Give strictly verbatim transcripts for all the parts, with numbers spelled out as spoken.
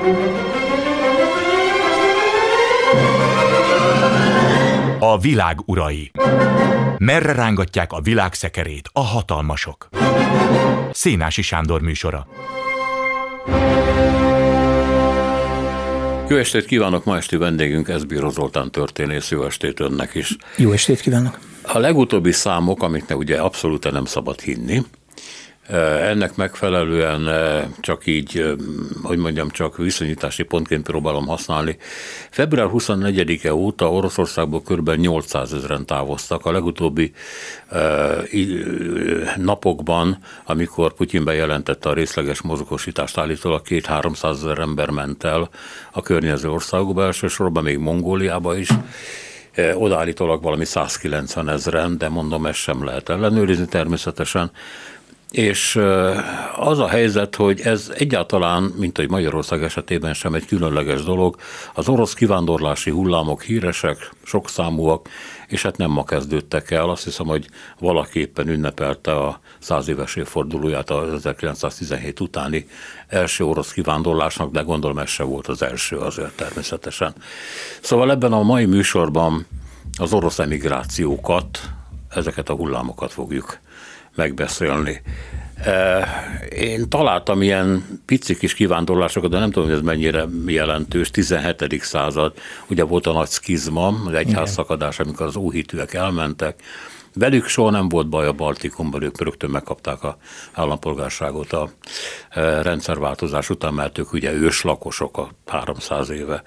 A világ urai. Merre rángatják a világ szekerét a hatalmasok? Szénási Sándor műsora. Jó estét kívánok! Ma esti vendégünk Eszbíró Zoltán történész. Jó estét önnek is! Jó estét kívánok! A legutóbbi számok, amiknek ugye abszolút nem szabad hinni, ennek megfelelően csak így, hogy mondjam, csak viszonyítási pontként próbálom használni. február huszonnegyedike óta Oroszországból kb. nyolcszázezren távoztak. A legutóbbi napokban, amikor Putyin bejelentette a részleges mozgósítást, állítólag két-háromszázezer ember ment el a környező országokba, elsősorban még Mongóliába is. Odaállítólag valami százkilencven ezren, de mondom, ezt sem lehet ellenőrizni természetesen. És az a helyzet, hogy ez egyáltalán, mint hogy Magyarország esetében sem egy különleges dolog, az orosz kivándorlási hullámok híresek, sokszámúak, és hát nem ma kezdődtek el. Azt hiszem, hogy valaki éppen ünnepelte a száz éves évfordulóját az ezerkilencszáztizenhét utáni első orosz kivándorlásnak, de gondolom ez se volt az első azért természetesen. Szóval ebben a mai műsorban az orosz emigrációkat, ezeket a hullámokat fogjuk megbeszélni. Én találtam ilyen pici kis kivándorlásokat, de nem tudom, hogy ez mennyire jelentős. tizenhetedik század, ugye volt a nagy szkizma, az egyházszakadás, amikor az óhitűek elmentek. Velük soha nem volt baj a Baltikumban, ők rögtön megkapták a állampolgárságot a rendszerváltozás után, mert ők ugye őslakosok a háromszáz éve.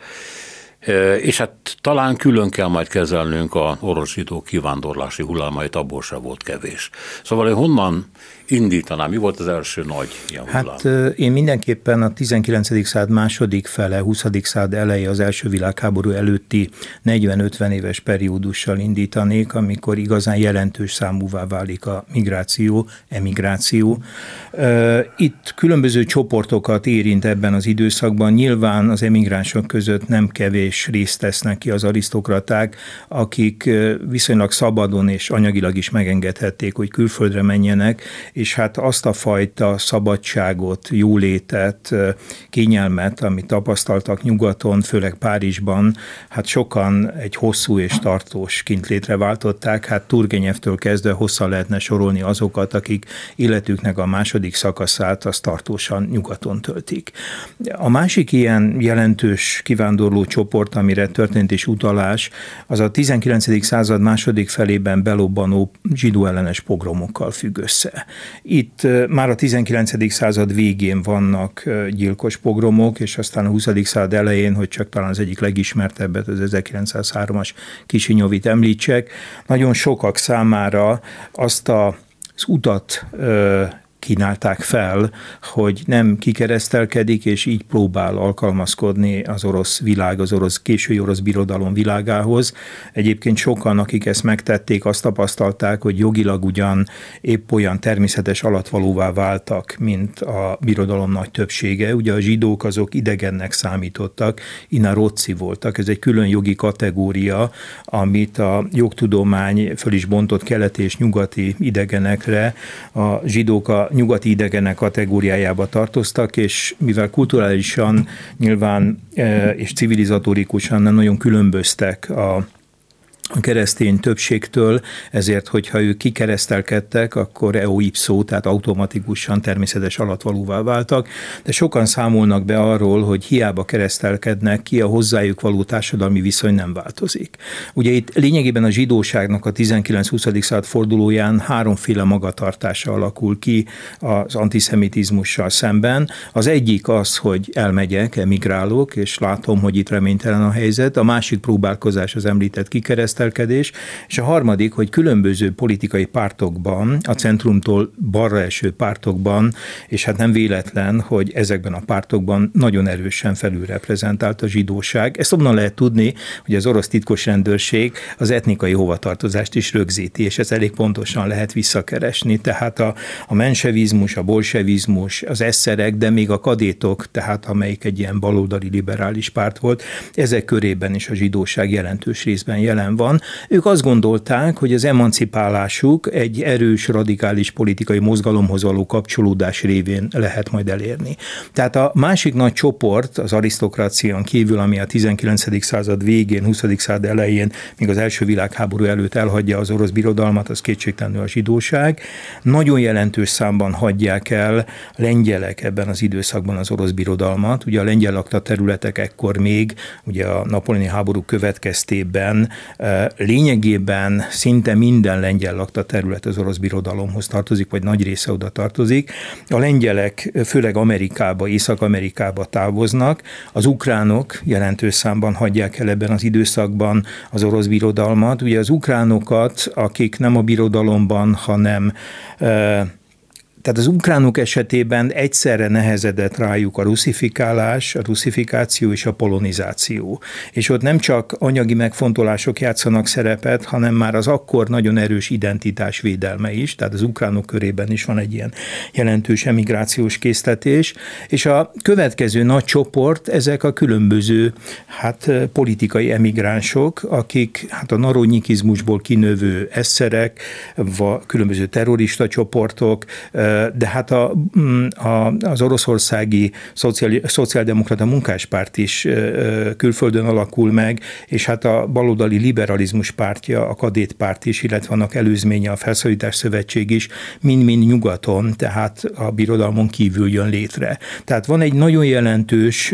És hát talán külön kell majd kezelnünk a orosz zsidó kivándorlási hullámait, abból se volt kevés. Szóval én honnan indítanám? Mi volt az első nagy ilyen hullám? Hát én mindenképpen a tizenkilencedik század második fele, huszadik század eleje, az első világháború előtti negyven-ötven éves periódussal indítanék, amikor igazán jelentős számúvá válik a migráció, emigráció. Itt különböző csoportokat érint ebben az időszakban. Nyilván az emigránsok között nem kevés részt tesznek ki az arisztokraták, akik viszonylag szabadon és anyagilag is megengedhették, hogy külföldre menjenek, és hát azt a fajta szabadságot, jólétet, kényelmet, amit tapasztaltak nyugaton, főleg Párizsban, hát sokan egy hosszú és tartós kintlétre váltották, hát Turgenevtől kezdve hosszan lehetne sorolni azokat, akik életüknek a második szakaszát az tartósan nyugaton töltik. A másik ilyen jelentős kivándorló csoport, amire történt is utalás, az a tizenkilencedik század második felében belobbanó zsidó ellenes pogromokkal függ össze. Itt már a tizenkilencedik század végén vannak gyilkos pogromok, és aztán a huszadik század elején, hogy csak talán az egyik legismertebbet, az ezerkilencszázhármas Kisinyovit említsek, nagyon sokak számára azt a, az utat kínálták fel, hogy nem kikeresztelkedik, és így próbál alkalmazkodni az orosz világ, az orosz, késői orosz birodalom világához. Egyébként sokan, akik ezt megtették, azt tapasztalták, hogy jogilag ugyan épp olyan természetes alatvalóvá váltak, mint a birodalom nagy többsége. Ugye a zsidók azok idegennek számítottak, inarodci voltak. Ez egy külön jogi kategória, amit a jogtudomány föl is bontott keleti és nyugati idegenekre. A zsidók a nyugati idegenek kategóriájába tartoztak, és mivel kulturálisan nyilván és civilizatorikusan nagyon különböztek a a keresztény többségtől, ezért, hogyha ők kikeresztelkedtek, akkor eo ipso, tehát automatikusan természetes alatvalóvá váltak, de sokan számolnak be arról, hogy hiába keresztelkednek ki, a hozzájuk való társadalmi viszony nem változik. Ugye itt lényegében a zsidóságnak a tizenkilenc-huszadik század fordulóján háromféle magatartása alakul ki az antiszemitizmussal szemben. Az egyik az, hogy elmegyek, emigrálok, és látom, hogy itt reménytelen a helyzet. A másik próbálkozás az említett kikeresztelkedés, és a harmadik, hogy különböző politikai pártokban, a centrumtól balra eső pártokban, és hát nem véletlen, hogy ezekben a pártokban nagyon erősen felülreprezentált a zsidóság. Ezt onnan lehet tudni, hogy az orosz titkos rendőrség az etnikai hovatartozást is rögzíti, és ezt elég pontosan lehet visszakeresni. Tehát a, a mensevizmus, a bolsevizmus, az esszerek, de még a kadétok, tehát amelyik egy ilyen baloldali liberális párt volt, ezek körében is a zsidóság jelentős részben jelen van. Oroszországban. Ők azt gondolták, hogy az emancipálásuk egy erős, radikális politikai mozgalomhoz való kapcsolódás révén lehet majd elérni. Tehát a másik nagy csoport, az arisztokrácián kívül, ami a tizenkilencedik század végén, huszadik század elején, még az első világháború előtt elhagyja az orosz birodalmat, az kétségtelenül a zsidóság. Nagyon jelentős számban hagyják el lengyelek ebben az időszakban az orosz birodalmat. Ugye a lengyel lakta területek ekkor még, ugye a napóleoni háború következtében lényegében szinte minden lengyel lakta terület az orosz birodalomhoz tartozik, vagy nagy része oda tartozik. A lengyelek főleg Amerikába, Észak-Amerikába távoznak, az ukránok jelentős számban hagyják el ebben az időszakban az orosz birodalmat. Ugye az ukránokat, akik nem a birodalomban, hanem Tehát az ukránok esetében egyszerre nehezedett rájuk a russzifikálás, a russzifikáció és a polonizáció. És ott nem csak anyagi megfontolások játszanak szerepet, hanem már az akkor nagyon erős identitásvédelme is, tehát az ukránok körében is van egy ilyen jelentős emigrációs késztetés, és a következő nagy csoport, ezek a különböző hát, politikai emigránsok, akik hát a narodnyikizmusból kinövő eszerek, vagy különböző terrorista csoportok, de hát a, a, az oroszországi szociál, szociáldemokrata munkáspárt is külföldön alakul meg, és hát a baloldali liberalizmus pártja, a kadétpárt is, illetve annak előzménye a Felszabadítás Szövetség is, mind-mind nyugaton, tehát a birodalmon kívül jön létre. Tehát van egy nagyon jelentős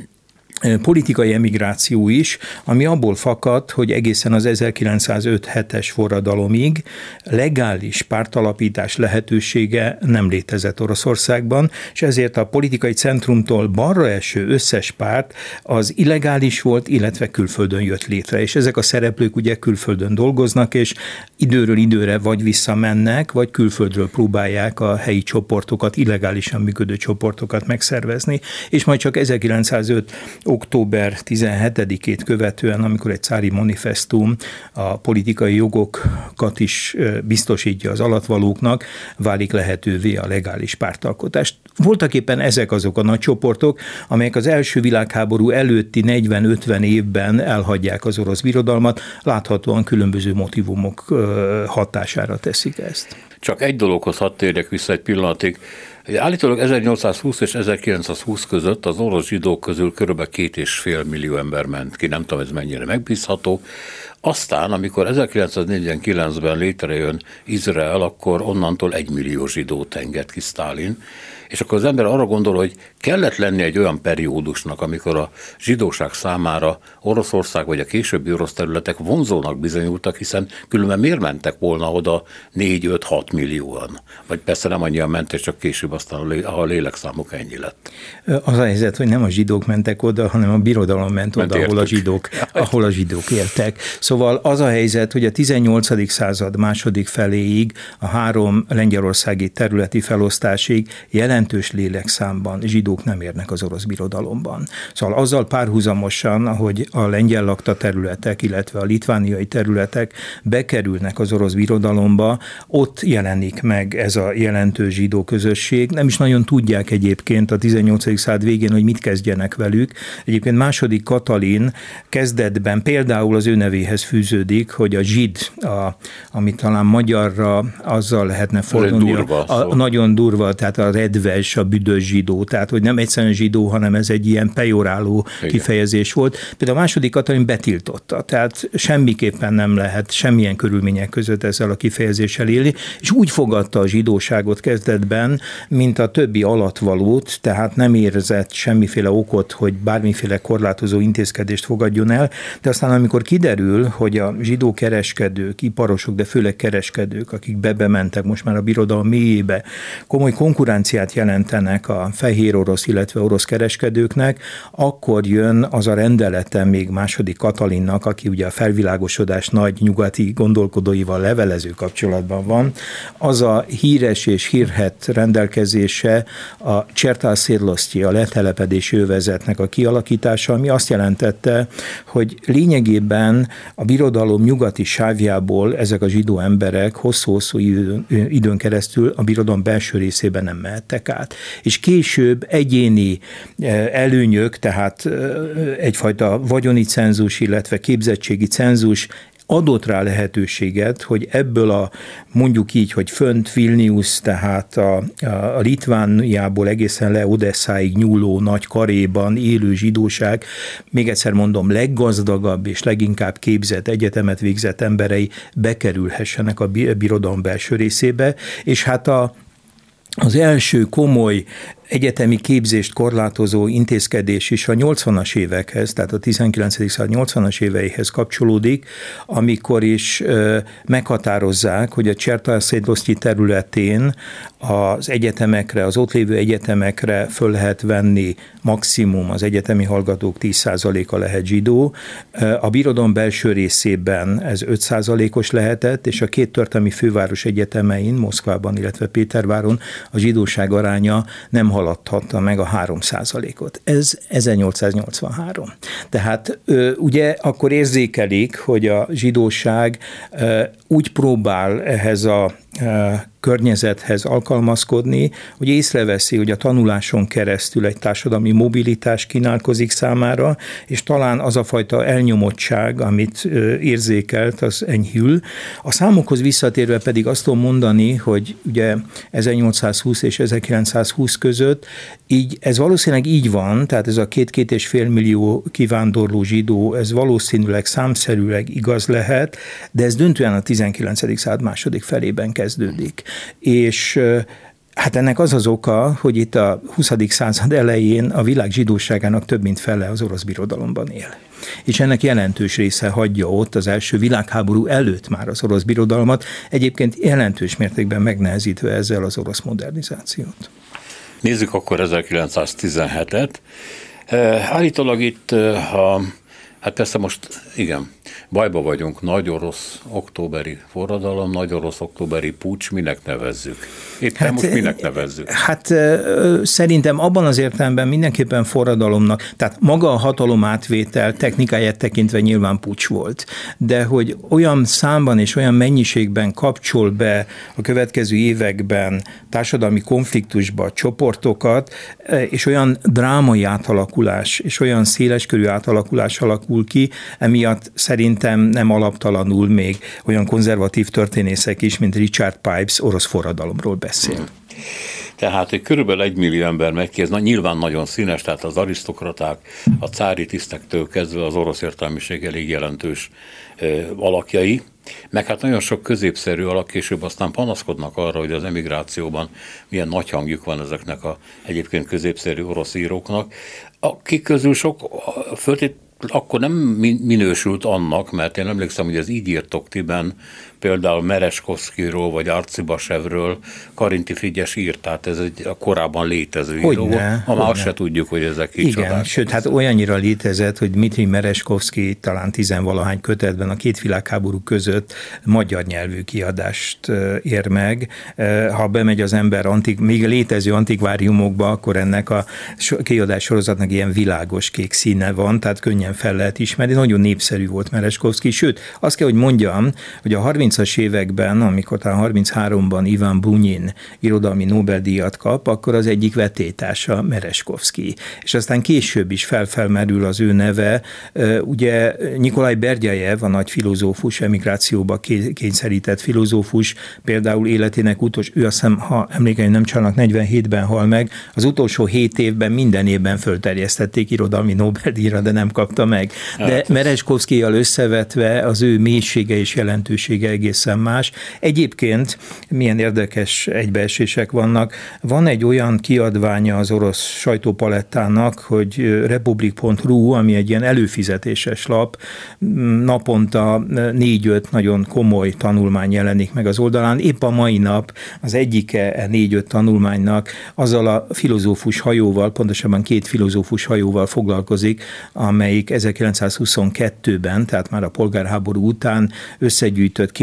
politikai emigráció is, ami abból fakad, hogy egészen az ezerkilencszázöt-hetes forradalomig legális pártalapítás lehetősége nem létezett Oroszországban, és ezért a politikai centrumtól balra eső összes párt az illegális volt, illetve külföldön jött létre. És ezek a szereplők ugye külföldön dolgoznak, és időről időre vagy visszamennek, vagy külföldről próbálják a helyi csoportokat, illegálisan működő csoportokat megszervezni, és majd csak ezerkilencszázöt október tizenhetedikét követően, amikor egy cári manifesztum a politikai jogokat is biztosítja az alattvalóknak, válik lehetővé a legális pártalkotást. Voltak éppen ezek azok a nagy csoportok, amelyek az első világháború előtti negyven-ötven évben elhagyják az orosz birodalmat, láthatóan különböző motivumok hatására teszik ezt. Csak egy dologhoz hadd térjek vissza egy pillanatig. Állítólag ezernyolcszázhúsz és ezerkilencszázhúsz között az orosz zsidók közül kb. két és fél millió ember ment ki, nem tudom, ez mennyire megbízható. Aztán, amikor ezerkilencszáznegyvenkilencben létrejön Izrael, akkor onnantól egy millió zsidót enged ki Sztálin, és akkor az ember arra gondol, hogy kellett lenni egy olyan periódusnak, amikor a zsidóság számára Oroszország vagy a későbbi orosz területek vonzónak bizonyultak, hiszen különben miért mentek volna oda négy-öt-hat millióan? Vagy persze nem annyian mentek, csak később aztán a lélekszámuk ennyi lett. Az a helyzet, hogy nem a zsidók mentek oda, hanem a birodalom ment oda, ment ahol a, zsidók, ahol a zsidók éltek. Szóval az a helyzet, hogy a tizennyolcadik század második feléig, a három lengyelországi területi felosztásig jelentős lélekszámban zsidók nem érnek az orosz birodalomban. Szóval azzal párhuzamosan, ahogy a lengyel lakta területek, illetve a litvániai területek bekerülnek az orosz birodalomba, ott jelenik meg ez a jelentős zsidó közösség. Nem is nagyon tudják egyébként a tizennyolcadik század végén, hogy mit kezdjenek velük. Egyébként második Katalin kezdetben például az ő nevéhez fűződik, hogy a zsid, a, amit talán magyarra azzal lehetne fordulni, durva, a, a, nagyon durva, tehát a redves, a büdös zsidó, tehát hogy nem egyszerűen zsidó, hanem ez egy ilyen pejoráló igen. kifejezés volt. Például a második Katalin betiltotta, tehát semmiképpen nem lehet semmilyen körülmények között ezzel a kifejezéssel élni, és úgy fogadta a zsidóságot kezdetben, mint a többi alattvalót, tehát nem érzett semmiféle okot, hogy bármiféle korlátozó intézkedést fogadjon el, de aztán amikor kiderül, hogy a zsidó kereskedők, iparosok, de főleg kereskedők, akik bebementek most már a birodalom mélyébe, komoly konkurenciát jelentenek a fehér orosz, illetve orosz kereskedőknek, akkor jön az a rendelete még második Katalinnak, aki ugye a felvilágosodás nagy nyugati gondolkodóival levelező kapcsolatban van, az a híres és hírhedt rendelkezése a Csertál-Szédlosztyi, a letelepedési övezetnek a kialakítása, ami azt jelentette, hogy lényegében a birodalom nyugati sávjából ezek a zsidó emberek hosszú-hosszú időn keresztül a birodalom belső részében nem mehettek át. És később egyéni előnyök, tehát egyfajta vagyoni cenzus, illetve képzettségi cenzus adott rá lehetőséget, hogy ebből a mondjuk így, hogy fönt Vilnius, tehát a, a Litvániából egészen le Odesszáig nyúló nagy karéban élő zsidóság, még egyszer mondom, leggazdagabb és leginkább képzett, egyetemet végzett emberei bekerülhessenek a birodalom belső részébe, és hát a Az első komoly egyetemi képzést korlátozó intézkedés is a nyolcvanas évekhez, tehát a tizenkilencedik század nyolcvanas éveihez kapcsolódik, amikor is meghatározzák, hogy a Csertaszédosztyi területén az egyetemekre, az ott lévő egyetemekre föl lehet venni maximum az egyetemi hallgatók tíz százaléka lehet zsidó. A birodalom belső részében ez öt százalékos lehetett, és a két történelmi főváros egyetemein, Moszkvában, illetve Péterváron a zsidóság aránya nem haladhatta meg a három százalékot. Ez ezernyolcszáznyolcvanhárom. Tehát ugye akkor érzékelik, hogy a zsidóság úgy próbál ehhez a környezethez alkalmazkodni, hogy észreveszi, hogy a tanuláson keresztül egy társadalmi mobilitás kínálkozik számára, és talán az a fajta elnyomottság, amit érzékelt, az enyhül. A számokhoz visszatérve pedig azt tudom mondani, hogy ugye ezernyolcszázhúsz és ezerkilencszázhúsz között így, ez valószínűleg így van, tehát ez a két-két és fél millió kivándorló zsidó, ez valószínűleg számszerűleg igaz lehet, de ez döntően a tizenkilencedik század második felében kezdődik. És hát ennek az az oka, hogy itt a huszadik század elején a világ zsidóságának több mint fele az orosz birodalomban él. És ennek jelentős része hagyja ott az első világháború előtt már az orosz birodalmat, egyébként jelentős mértékben megnehezítve ezzel az orosz modernizációt. Nézzük akkor ezerkilencszáztizenhetet. Állítólag itt, ha, hát persze most igen, bajba vagyunk, nagy orosz októberi forradalom, nagy orosz októberi puccs, minek nevezzük? Éppen hát, most minek nevezzük? Hát szerintem abban az értelemben mindenképpen forradalomnak, tehát maga a hatalom átvétel technikáját tekintve nyilván puccs volt, de hogy olyan számban és olyan mennyiségben kapcsol be a következő években társadalmi konfliktusba csoportokat, és olyan drámai átalakulás, és olyan széleskörű átalakulás alakul ki, emiatt szerintem nem alaptalanul még olyan konzervatív történészek is, mint Richard Pipes orosz forradalomról beszél. Tehát, hogy körülbelül egy millió ember megy ki, ez nyilván nagyon színes, tehát az arisztokraták, a cári tisztektől kezdve az orosz értelmiség elég jelentős alakjai, meg hát nagyon sok középszerű alak később aztán panaszkodnak arra, hogy az emigrációban milyen nagy hangjuk van ezeknek a egyébként középszerű orosz íróknak, akik közül sok föltét akkor nem minősült annak, mert én emlékszem, hogy az Így írtok tiben például Mereskovszkiról vagy Arcibasevről Karinti Frigyes írt, tehát ez egy a korábban létező író. Ha már azt se tudjuk, hogy ezek kicsodák. Igen, sőt, hát olyannyira létezett, hogy Dmitri Mereskovszki talán tizenvalahány kötetben a két világháború között magyar nyelvű kiadást ér meg. Ha bemegy az ember antik, még létező antikváriumokba, akkor ennek a kiadás sorozatnak ilyen világos kék színe van, tehát könnyen fel lehet ismerni. Nagyon népszerű volt Mereskovszki, sőt, azt kell, hogy mondjam, hogy a harmincas években, amikor talán harmincháromban Ivan Bunin irodalmi Nobel-díjat kap, akkor az egyik vetélytársa Mereskovszki. És aztán később is felfelmerül az ő neve. Ugye Nikolaj Berdjajev, a nagy filozófus, emigrációba kényszerített filozófus, például életének utolsó, ő azt hiszem, ha emlékeim nem csalnak, negyvenhétben hal meg, az utolsó hét évben minden évben fölterjesztették irodalmi Nobel-díjra, de nem kapta meg. De Mereskovszkijjal összevetve az ő mélysége és jelentősége egészen más. Egyébként milyen érdekes egybeesések vannak. Van egy olyan kiadványa az orosz sajtópalettának, hogy republik pont ru, ami egy ilyen előfizetéses lap, naponta négy-öt nagyon komoly tanulmány jelenik meg az oldalán. Épp a mai nap az egyike négy-öt tanulmánynak azzal a filozófus hajóval, pontosabban két filozófus hajóval foglalkozik, amelyik ezerkilencszázhuszonkettőben, tehát már a polgárháború után összegyűjtött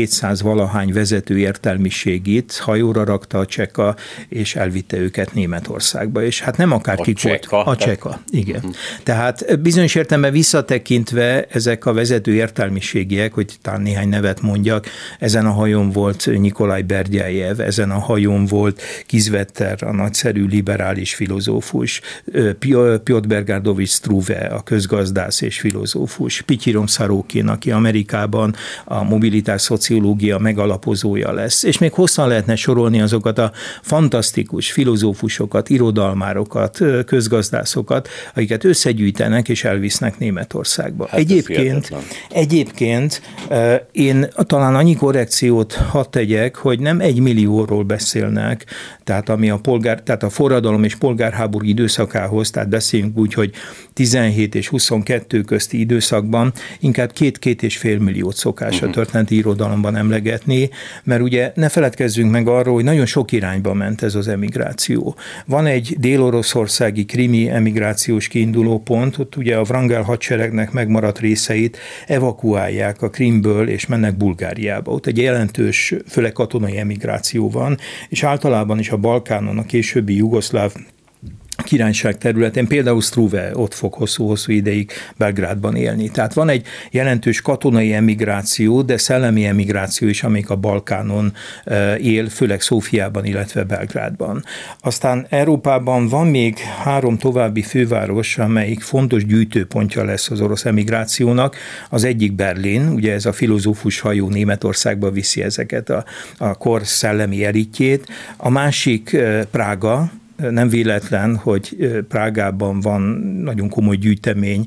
kétszáz valahány vezető értelmiségit hajóra rakta a Cseka, és elvitte őket Németországba. És hát nem akárkik volt. A Cseka, igen. Uh-huh. Tehát bizonyos értelemben visszatekintve ezek a vezető értelmiségiek, hogy talán néhány nevet mondjak, ezen a hajón volt Nikolaj Bergyajev, ezen a hajón volt Kizvetter, a nagyszerű liberális filozófus, Piotr Bergardovics Struve, a közgazdász és filozófus, Pityirom Szarokin, aki Amerikában a mobilitás szociológia megalapozója lesz, és még hosszan lehetne sorolni azokat a fantasztikus filozófusokat, irodalmárokat, közgazdászokat, akiket összegyűjtenek és elvisznek Németországba. Hát egyébként, egyébként én talán annyi korrekciót hadd tegyek, hogy nem egy millióról beszélnek, tehát ami a polgár, tehát a forradalom és polgárháború időszakához, tehát beszéljünk úgy, hogy tizenhét és huszonkettő közti időszakban inkább két-két és fél milliót szokás a történeti irodalomban emlegetni, mert ugye ne feledkezzünk meg arról, hogy nagyon sok irányba ment ez az emigráció. Van egy dél-oroszországi krimi emigrációs kiinduló pont, ott ugye a Wrangel hadseregnek megmaradt részeit evakuálják a Krimből, és mennek Bulgáriába. Ott egy jelentős, főleg katonai emigráció van, és általában is a Balkánon, a későbbi jugoszláv királyság területén, például Struve ott fog hosszú-hosszú ideig Belgrádban élni. Tehát van egy jelentős katonai emigráció, de szellemi emigráció is, amik a Balkánon él, főleg Szófiában, illetve Belgrádban. Aztán Európában van még három további főváros, amelyik fontos gyűjtőpontja lesz az orosz emigrációnak. Az egyik Berlin, ugye ez a filozófus hajó Németországba viszi ezeket a, a kor szellemi elitjét. A másik Prága, nem véletlen, hogy Prágában van nagyon komoly gyűjtemény,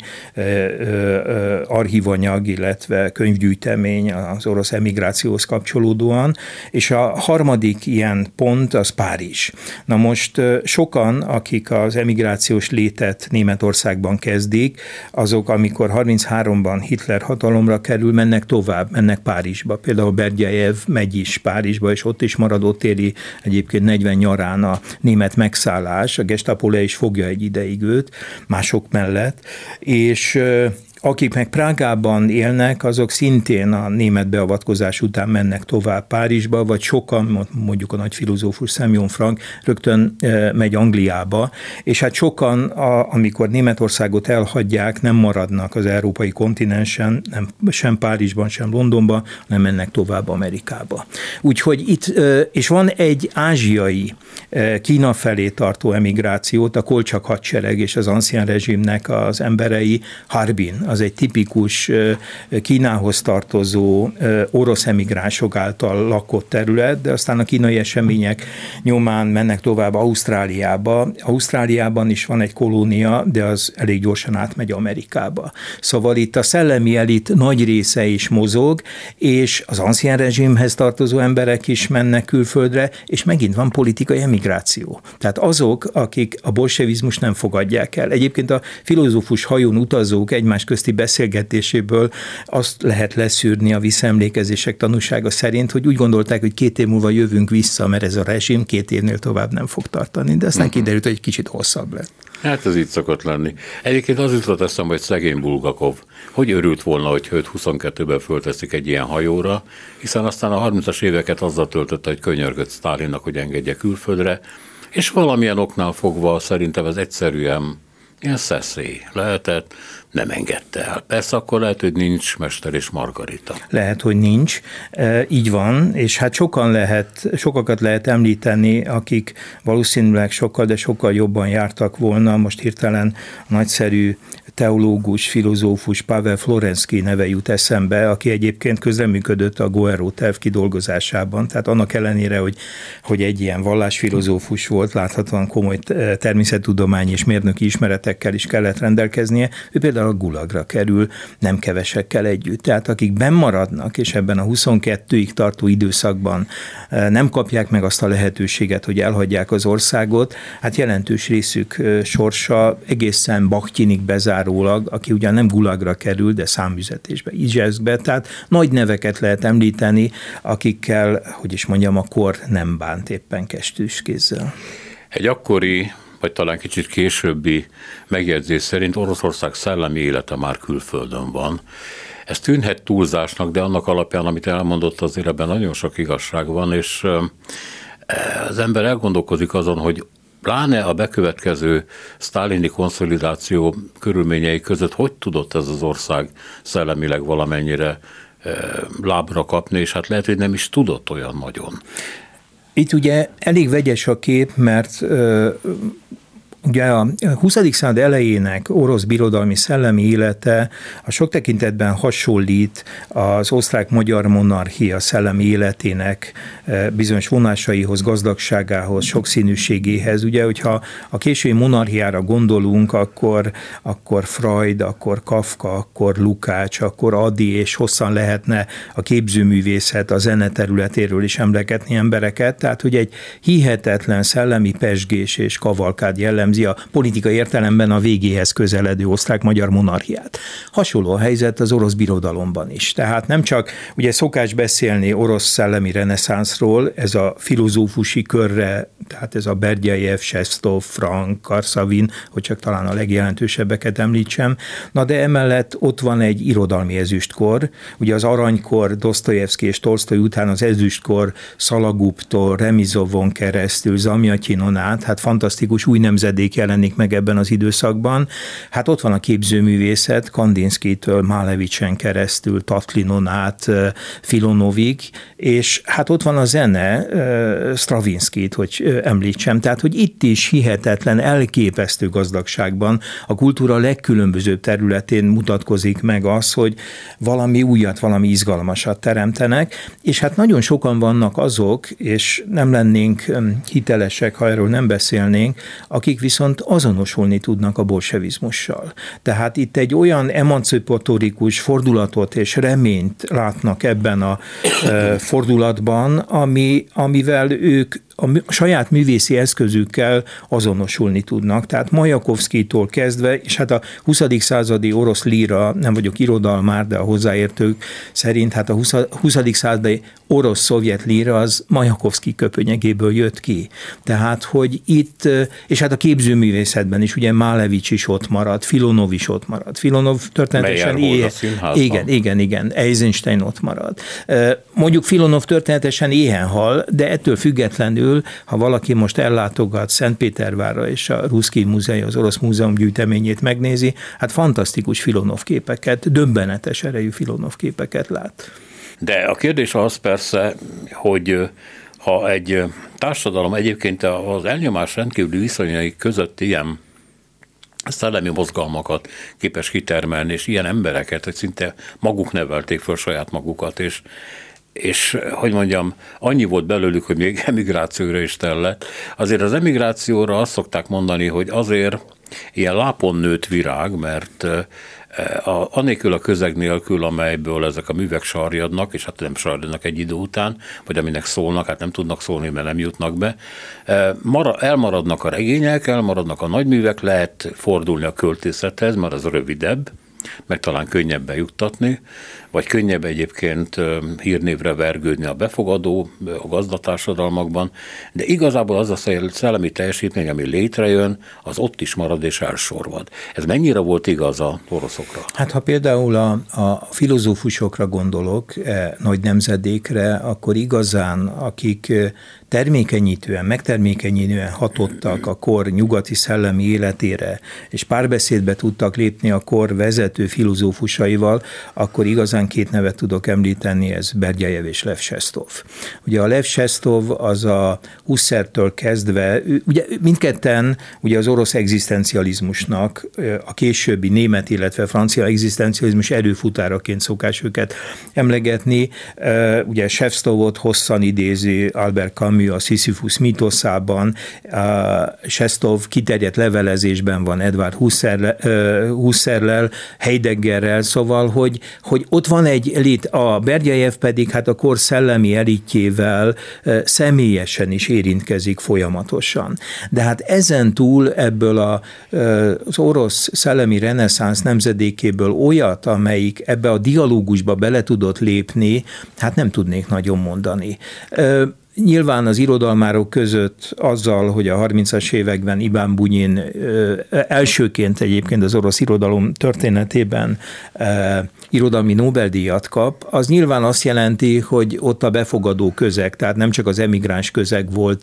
archívanyag, illetve könyvgyűjtemény az orosz emigrációhoz kapcsolódóan, és a harmadik ilyen pont az Párizs. Na most sokan, akik az emigrációs létet Németországban kezdik, azok, amikor harmincháromban Hitler hatalomra kerül, mennek tovább, mennek Párizsba. Például Bergyajev megy is Párizsba, és ott is maradott éli egyébként negyven nyarán a német megszállás, a Gestapo le is fogja egy ideig őt, mások mellett, és akik meg Prágában élnek, azok szintén a német beavatkozás után mennek tovább Párizsba, vagy sokan, mondjuk a nagy filozófus Semyon Frank rögtön megy Angliába, és hát sokan, a, amikor Németországot elhagyják, nem maradnak az európai kontinensen, nem, sem Párizsban, sem Londonban, hanem mennek tovább Amerikába. Úgyhogy itt, és van egy ázsiai, Kína felé tartó emigrációt, a kolcsak hadsereg és az ancien rezsimnek az emberei, Harbin, az egy tipikus Kínához tartozó orosz emigránsok által lakott terület, de aztán a kínai események nyomán mennek tovább Ausztráliába. Ausztráliában is van egy kolónia, de az elég gyorsan átmegy Amerikába. Szóval itt a szellemi elit nagy része is mozog, és az ancien rezsimhez tartozó emberek is mennek külföldre, és megint van politikai emigráció. Tehát azok, akik a bolsevizmus nem fogadják el. Egyébként a filozófus hajón utazók egymás közti beszélgetéséből azt lehet leszűrni a visszaemlékezések tanúsága szerint, hogy úgy gondolták, hogy két év múlva jövünk vissza, mert ez a rezsim két évnél tovább nem fog tartani, de aztán uh-huh. kiderült, hogy egy kicsit hosszabb lett. Hát ez így szokott lenni. Egyébként az jutott eszembe, hogy szegény Bulgakov, hogy örült volna, hogy őt huszonkettőben fölteszik egy ilyen hajóra, hiszen aztán a harmincas éveket azzal töltötte, hogy könyörgött Sztálinnak, hogy engedje külföldre, és valamilyen oknál fogva szerintem ez egyszerűen ilyen szeszély lehetett, nem engedte el. Persze akkor lehet, hogy nincs Mester és Margarita. Lehet, hogy nincs. E, így van, és hát sokan lehet, sokakat lehet említeni, akik valószínűleg sokkal, de sokkal jobban jártak volna. Most hirtelen a nagyszerű teológus, filozófus Pavel Florensky neve jut eszembe, aki egyébként közreműködött a Goerő terv kidolgozásában, tehát annak ellenére, hogy, hogy egy ilyen vallásfilozófus volt, láthatóan komoly természettudományi és mérnöki ismeretekkel is kellett rendelkeznie, ő például a gulagra kerül, nem kevesekkel együtt. Tehát akik bennmaradnak, és ebben a huszonkettőig tartó időszakban nem kapják meg azt a lehetőséget, hogy elhagyják az országot, hát jelentős részük sorsa egészen Bakhtinig bezárólag, aki ugyan nem gulagra kerül, de számüzetésbe, Izsevszkbe, tehát nagy neveket lehet említeni, akikkel, hogy is mondjam, a kor nem bánt éppen kestős kézzel. Egy akkori vagy talán kicsit későbbi megjegyzés szerint Oroszország szellemi élete már külföldön van. Ez tűnhet túlzásnak, de annak alapján, amit elmondott, azért ebben nagyon sok igazság van, és az ember elgondolkozik azon, hogy pláne a bekövetkező sztálini konszolidáció körülményei között hogy tudott ez az ország szellemileg valamennyire lábra kapni, és hát lehet, hogy nem is tudott olyan nagyon. Itt ugye elég vegyes a kép, mert ugye a huszadik század elejének orosz birodalmi szellemi élete a sok tekintetben hasonlít az osztrák-magyar monarchia szellemi életének bizonyos vonásaihoz, gazdagságához, sokszínűségéhez. Ugye, hogyha a késői monarchiára gondolunk, akkor, akkor Freud, akkor Kafka, akkor Lukács, akkor Ady, és hosszan lehetne a képzőművészet, a zene területéről is emlegetni embereket. Tehát, hogy egy hihetetlen szellemi pezsgés és kavalkád jellemzi a politikai értelemben a végéhez közeledő osztrák-magyar monarchiát. Hasonló a helyzet az orosz birodalomban is. Tehát nem csak, ugye szokás beszélni orosz szellemi reneszánszról, ez a filozófusi körre, tehát ez a Berdjajev, Sestov, Frank, Karsavin, hogy csak talán a legjelentősebbeket említsem. Na de emellett ott van egy irodalmi ezüstkor, ugye az aranykor Dosztojevszky és Tolsztoj után az ezüstkor Szalaguptól, Remizovon keresztül, Zamjatyinon át, hát fantasztikus új nemzedék jelenik meg ebben az időszakban. Hát ott van a képzőművészet, Kandinszkitől, Málevicsen keresztül, Tatlinon át, Filonovig, és hát ott van a zene, Stravinskit, hogy említsem. Tehát, hogy itt is hihetetlen, elképesztő gazdagságban a kultúra legkülönbözőbb területén mutatkozik meg az, hogy valami újat, valami izgalmasat teremtenek, és hát nagyon sokan vannak azok, és nem lennénk hitelesek, ha erről nem beszélnénk, akik viszont azonosulni tudnak a bolsevizmussal. Tehát itt egy olyan emancipatorikus fordulatot és reményt látnak ebben a fordulatban, ami, amivel ők a saját művészi eszközükkel azonosulni tudnak. Tehát Majakovszkijtól kezdve, és hát a huszadik századi orosz líra, nem vagyok irodalmár, de a hozzáértők szerint, hát a huszadik századi orosz-szovjet líra az Majakovszkij köpönyegéből jött ki. Tehát, hogy itt, és hát a képzőművészetben is, ugye Málevics is ott maradt, Filonov is ott maradt. Filonov történetesen éhen. Igen, igen, igen. Eisenstein ott maradt. Mondjuk Filonov történetesen éhen hal, de ettől függetlenül, ha valaki most ellátogat Szentpétervárra és a Ruszkij Múzeum, az orosz múzeum gyűjteményét megnézi, hát fantasztikus Filonov képeket, döbbenetes erejű Filonov képeket lát. De a kérdés az persze, hogy ha egy társadalom egyébként az elnyomás rendkívüli viszonyai között ilyen szellemi mozgalmakat képes kitermelni, és ilyen embereket, hogy szinte maguk nevelték föl saját magukat, és és, hogy mondjam, annyi volt belőlük, hogy még emigrációra is tellett. Azért az emigrációra azt szokták mondani, hogy azért ilyen lápon nőtt virág, mert a, anélkül a közeg nélkül, amelyből ezek a művek sarjadnak, és hát nem sarjadnak egy idő után, vagy aminek szólnak, hát nem tudnak szólni, mert nem jutnak be. Elmaradnak a regények, elmaradnak a nagyművek, lehet fordulni a költészethez, mert az rövidebb, meg talán könnyebb bejuttatni, vagy könnyebb egyébként hírnévre vergődni a befogadó, a gazdatársadalmakban, de igazából az a szellemi teljesítmény, ami létrejön, az ott is marad és elsorvad. Ez mennyire volt igaz az oroszokra? Hát ha például a, a filozófusokra gondolok, e, nagy nemzedékre, akkor igazán, akik termékenyítően, megtermékenyítően hatottak a kor nyugati szellemi életére, és párbeszédbe tudtak lépni a kor vezető filozófusaival, akkor igazán két nevet tudok említeni, ez Berdjajev és Lev Sestov. Ugye a Lev Sestov az a Husserltől kezdve, ugye mindketten ugye az orosz egzisztencializmusnak, a későbbi német, illetve francia egzisztencializmus erőfutáraként szokás őket emlegetni. Ugye Sestovot hosszan idézi Albert Camus a Sisyphus mítoszában, Sestov kiterjedt levelezésben van Edward Husserllel, Heideggerrel, szóval, hogy, hogy ott van egy elit, a Berdjajev pedig hát a kor szellemi elitjével személyesen is érintkezik folyamatosan. De hát ezen túl ebből a, az orosz szellemi reneszánsz nemzedékéből olyat, amelyik ebbe a dialógusba bele tudott lépni, hát nem tudnék nagyon mondani. Nyilván az irodalmárok között azzal, hogy a harmincas években Iván Bunyin elsőként egyébként az orosz irodalom történetében irodalmi Nobel-díjat kap, az nyilván azt jelenti, hogy ott a befogadó közeg, tehát nem csak az emigráns közeg volt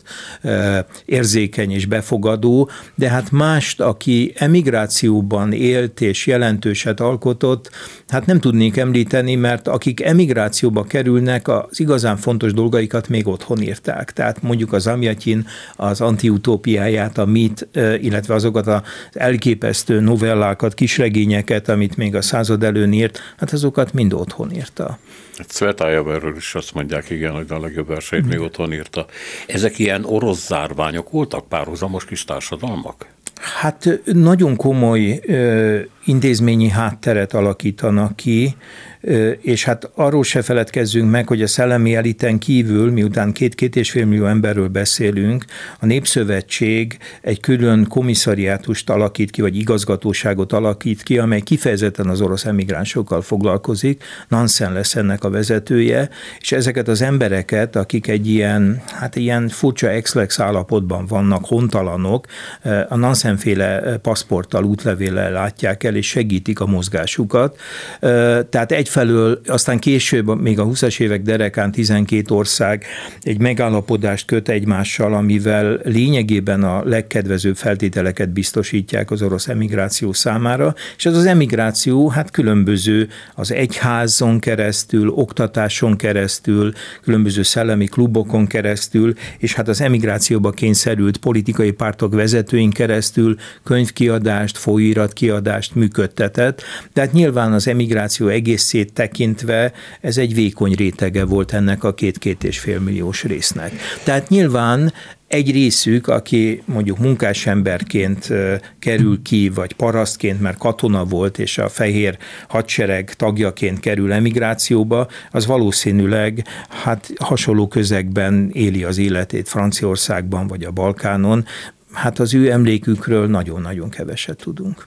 érzékeny és befogadó, de hát mást, aki emigrációban élt és jelentőset alkotott, hát nem tudnék említeni, mert akik emigrációba kerülnek, az igazán fontos dolgaikat még otthon írták. Tehát mondjuk az Zamjatin az antiutópiáját, a mit, illetve azokat az elképesztő novellákat, kisregényeket, amit még a század előn írt, hát azokat mind otthon írta. Cvetájeverről is azt mondják, igen, hogy a legjobb verseit még otthon írta. Ezek ilyen orosz zárványok voltak, párhuzamos kis társadalmak? Hát nagyon komoly ö, intézményi hátteret alakítanak ki, ö, és hát arról se feledkezzünk meg, hogy a szellemi eliten kívül, miután két-két és fél millió emberről beszélünk, a Népszövetség egy külön komisszariátust alakít ki, vagy igazgatóságot alakít ki, amely kifejezetten az orosz emigránsokkal foglalkozik. Nansen lesz ennek a vezetője, és ezeket az embereket, akik egy ilyen, hát ilyen furcsa ex-lex állapotban vannak, hontalanok, a Nansen-féle paszporttal, útlevéllel látják el, és segítik a mozgásukat. Tehát egyfelől, aztán később, még a huszas évek derekán tizenkét ország egy megállapodást köt egymással, amivel lényegében a legkedvezőbb feltételeket biztosítják az orosz emigráció számára, és ez az emigráció hát különböző az egyházon keresztül, oktatáson keresztül, különböző szellemi klubokon keresztül, és hát az emigrációba kényszerült politikai pártok vezetőin keresztül könyvkiadást, folyóiratkiadást működtetett. Tehát nyilván az emigráció egészét tekintve ez egy vékony rétege volt ennek a két-két és fél milliós résznek. Tehát nyilván egy részük, aki mondjuk munkásemberként kerül ki, vagy parasztként, mert katona volt, és a fehér hadsereg tagjaként kerül emigrációba, az valószínűleg hát hasonló közegben éli az életét Franciaországban, vagy a Balkánon. Hát az ő emlékükről nagyon-nagyon keveset tudunk.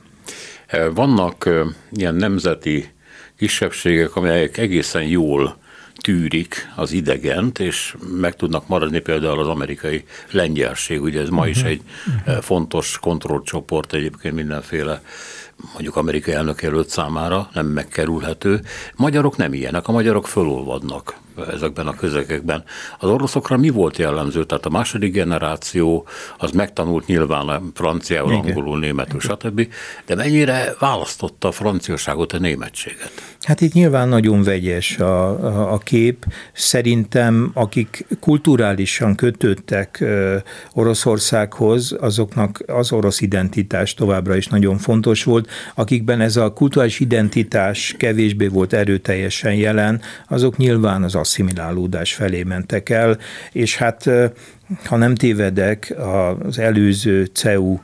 Vannak ilyen nemzeti kisebbségek, amelyek egészen jól tűrik az idegent, és meg tudnak maradni, például az amerikai lengyelség, ugye ez ma is egy fontos kontrollcsoport egyébként mindenféle, mondjuk amerikai elnökjelölt számára, nem megkerülhető. Magyarok nem ilyenek, a magyarok fölolvadnak ezekben a közegekben. Az oroszokra mi volt jellemző? Tehát a második generáció az megtanult nyilván a franciául, angolul, németül, stb. De mennyire választotta a franciaságot, a németséget? Hát itt nyilván nagyon vegyes a, a, a kép. Szerintem akik kulturálisan kötődtek Oroszországhoz, azoknak az orosz identitás továbbra is nagyon fontos volt. Akikben ez a kulturális identitás kevésbé volt erőteljesen jelen, azok nyilván az asszimilálódás felé mentek el, és hát ha nem tévedek, az előző cé e u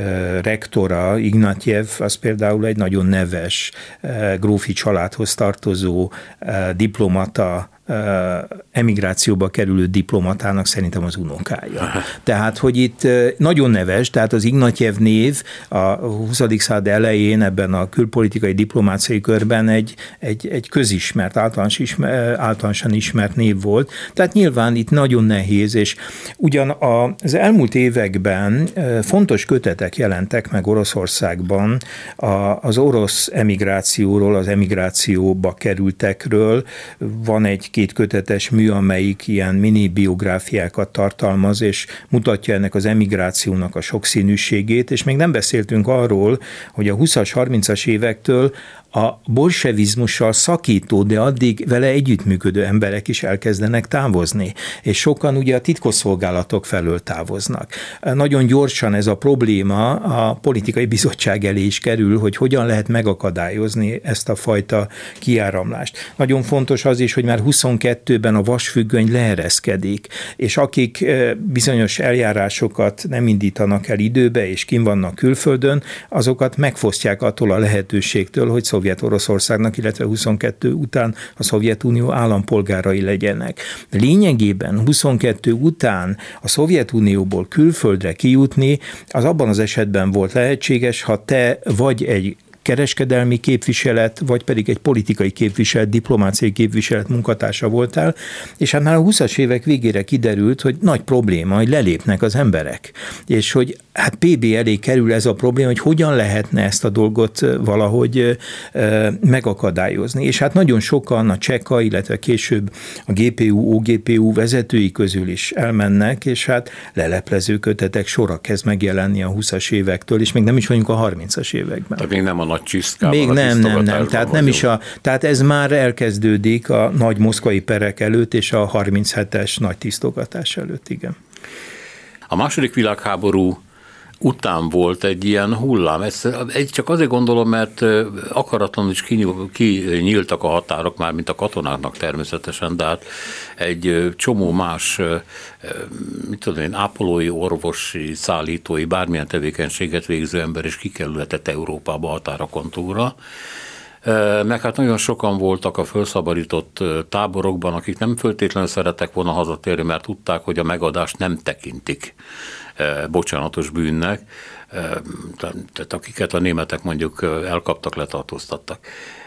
rektora, Ignatjev, az például egy nagyon neves grófi családhoz tartozó diplomata, emigrációba kerülő diplomatának szerintem az unokája. Tehát, hogy itt nagyon neves, tehát az Ignatjev név a huszadik század elején ebben a külpolitikai diplomáciai körben egy, egy, egy közismert, általános ismer, általánosan ismert név volt. Tehát nyilván itt nagyon nehéz, és ugyan az elmúlt években fontos kötetek jelentek meg Oroszországban az orosz emigrációról, az emigrációba kerültekről. Van egy két kötetes mű, amelyik ilyen mini biográfiákat tartalmaz, és mutatja ennek az emigrációnak a sokszínűségét, és még nem beszéltünk arról, hogy a huszas, harmincas évektől a bolsevizmussal szakító, de addig vele együttműködő emberek is elkezdenek távozni, és sokan ugye a titkosszolgálatok felől távoznak. Nagyon gyorsan ez a probléma a politikai bizottság elé is kerül, hogy hogyan lehet megakadályozni ezt a fajta kiáramlást. Nagyon fontos az is, hogy már huszonkettőben a vasfüggöny leereszkedik, és akik bizonyos eljárásokat nem indítanak el időbe, és kim vannak külföldön, azokat megfosztják attól a lehetőségtől, hogy Szovjet-Oroszországnak, illetve huszonkettő után a Szovjetunió állampolgárai legyenek. Lényegében huszonkettő után a Szovjetunióból külföldre kijutni, az abban az esetben volt lehetséges, ha te vagy egy kereskedelmi képviselet, vagy pedig egy politikai képviselet, diplomáciai képviselet munkatársa voltál, és hát már a húszas évek végére kiderült, hogy nagy probléma, hogy lelépnek az emberek, és hogy hát pé bé elé kerül ez a probléma, hogy hogyan lehetne ezt a dolgot valahogy megakadályozni. És hát nagyon sokan a Cseka, illetve később a gé pé u, o gé pé u vezetői közül is elmennek, és hát leleplező kötetek sora kezd megjelenni a húszas évektől, és még nem is vagyunk a harmincas években. Tehát még nem a nagy csiszkában. Még nem, nem, nem. Tehát, nem is a, tehát ez már elkezdődik a nagy moszkvai perek előtt, és a harminchetes nagy tisztogatás előtt, igen. A második világháború után volt egy ilyen hullám. Ezt csak azért gondolom, mert akaratlanul is kinyíltak a határok, már mint a katonáknak természetesen, de hát egy csomó más, mit tudom én, ápolói, orvosi, szállítói, bármilyen tevékenységet végző ember is kikerülhetett Európába határokon túlra. Meg hát nagyon sokan voltak a felszabadított táborokban, akik nem föltétlenül szerettek volna hazatérni, mert tudták, hogy a megadást nem tekintik bocsánatos bűnnek, tehát akiket a németek mondjuk elkaptak, letartóztattak.